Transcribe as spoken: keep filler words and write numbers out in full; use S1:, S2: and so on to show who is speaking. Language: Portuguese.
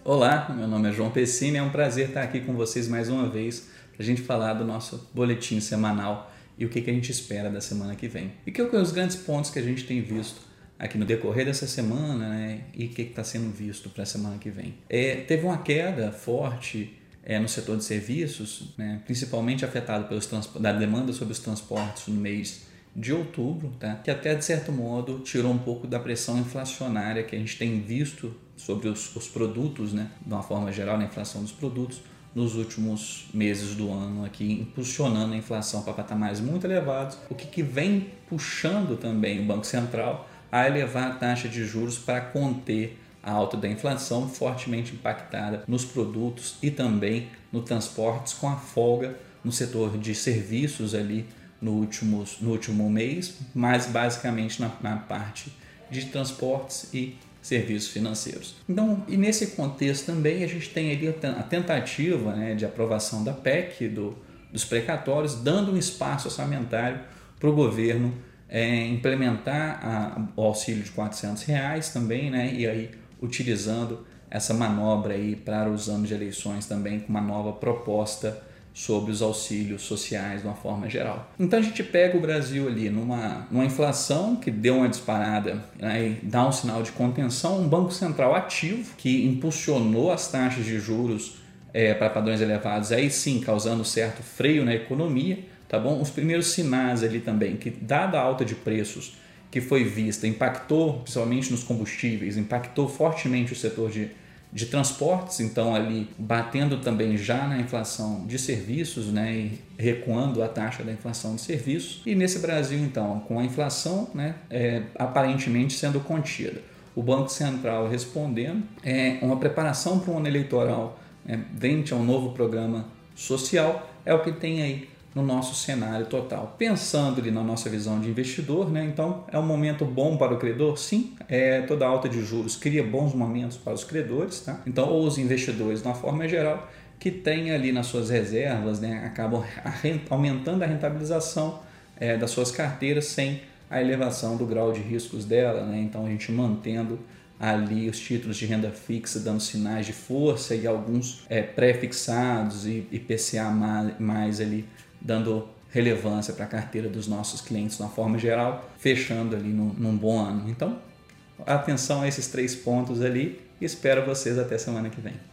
S1: Olá, meu nome é João Pessini, é um prazer estar aqui com vocês mais uma vez para a gente falar do nosso boletim semanal e o que, que a gente espera da semana que vem. E que é os grandes pontos que a gente tem visto aqui no decorrer dessa semana, né, e o que está sendo visto para a semana que vem. É, teve uma queda forte é, no setor de serviços, né, principalmente afetado pelos da demanda sobre os transportes no mês de outubro, tá? Que até de certo modo tirou um pouco da pressão inflacionária que a gente tem visto sobre os, os produtos, né? De uma forma geral, na inflação dos produtos nos últimos meses do ano aqui, impulsionando a inflação para patamares muito elevados, o que, que vem puxando também o Banco Central a elevar a taxa de juros para conter a alta da inflação fortemente impactada nos produtos e também no transportes, com a folga no setor de serviços ali no último, no último mês, mas basicamente na, na parte de transportes e serviços financeiros. Então, e nesse contexto também a gente tem ali a tentativa, né, de aprovação da P E C, do, dos precatórios, dando um espaço orçamentário para o governo é, implementar a, o auxílio de quatrocentos reais também, né, e aí utilizando essa manobra aí para os anos de eleições também com uma nova proposta sobre os auxílios sociais de uma forma geral. Então a gente pega o Brasil ali numa, numa inflação que deu uma disparada, né, e dá um sinal de contenção, um Banco Central ativo que impulsionou as taxas de juros é, para padrões elevados, aí sim causando certo freio na economia, tá bom? Os primeiros sinais ali também que, dada a alta de preços que foi vista, impactou principalmente nos combustíveis, impactou fortemente o setor de de transportes, então ali batendo também já na inflação de serviços, né, e recuando a taxa da inflação de serviços. E nesse Brasil, então, com a inflação, né, é, aparentemente sendo contida, o Banco Central respondendo, é uma preparação para um ano eleitoral, né, frente a um novo programa social, é o que tem aí no nosso cenário total. Pensando ali na nossa visão de investidor, né? Então é um momento bom para o credor? Sim, é, toda alta de juros cria bons momentos para os credores, tá? Então, ou os investidores, de uma forma geral, que têm ali nas suas reservas, né, acabam aumentando a rentabilização é, das suas carteiras sem a elevação do grau de riscos dela, né? Então a gente mantendo ali os títulos de renda fixa dando sinais de força e alguns é, pré-fixados e I P C A mais, mais ali dando relevância para a carteira dos nossos clientes de uma forma geral, fechando ali num, num bom ano. Então, atenção a esses três pontos ali e espero vocês até semana que vem.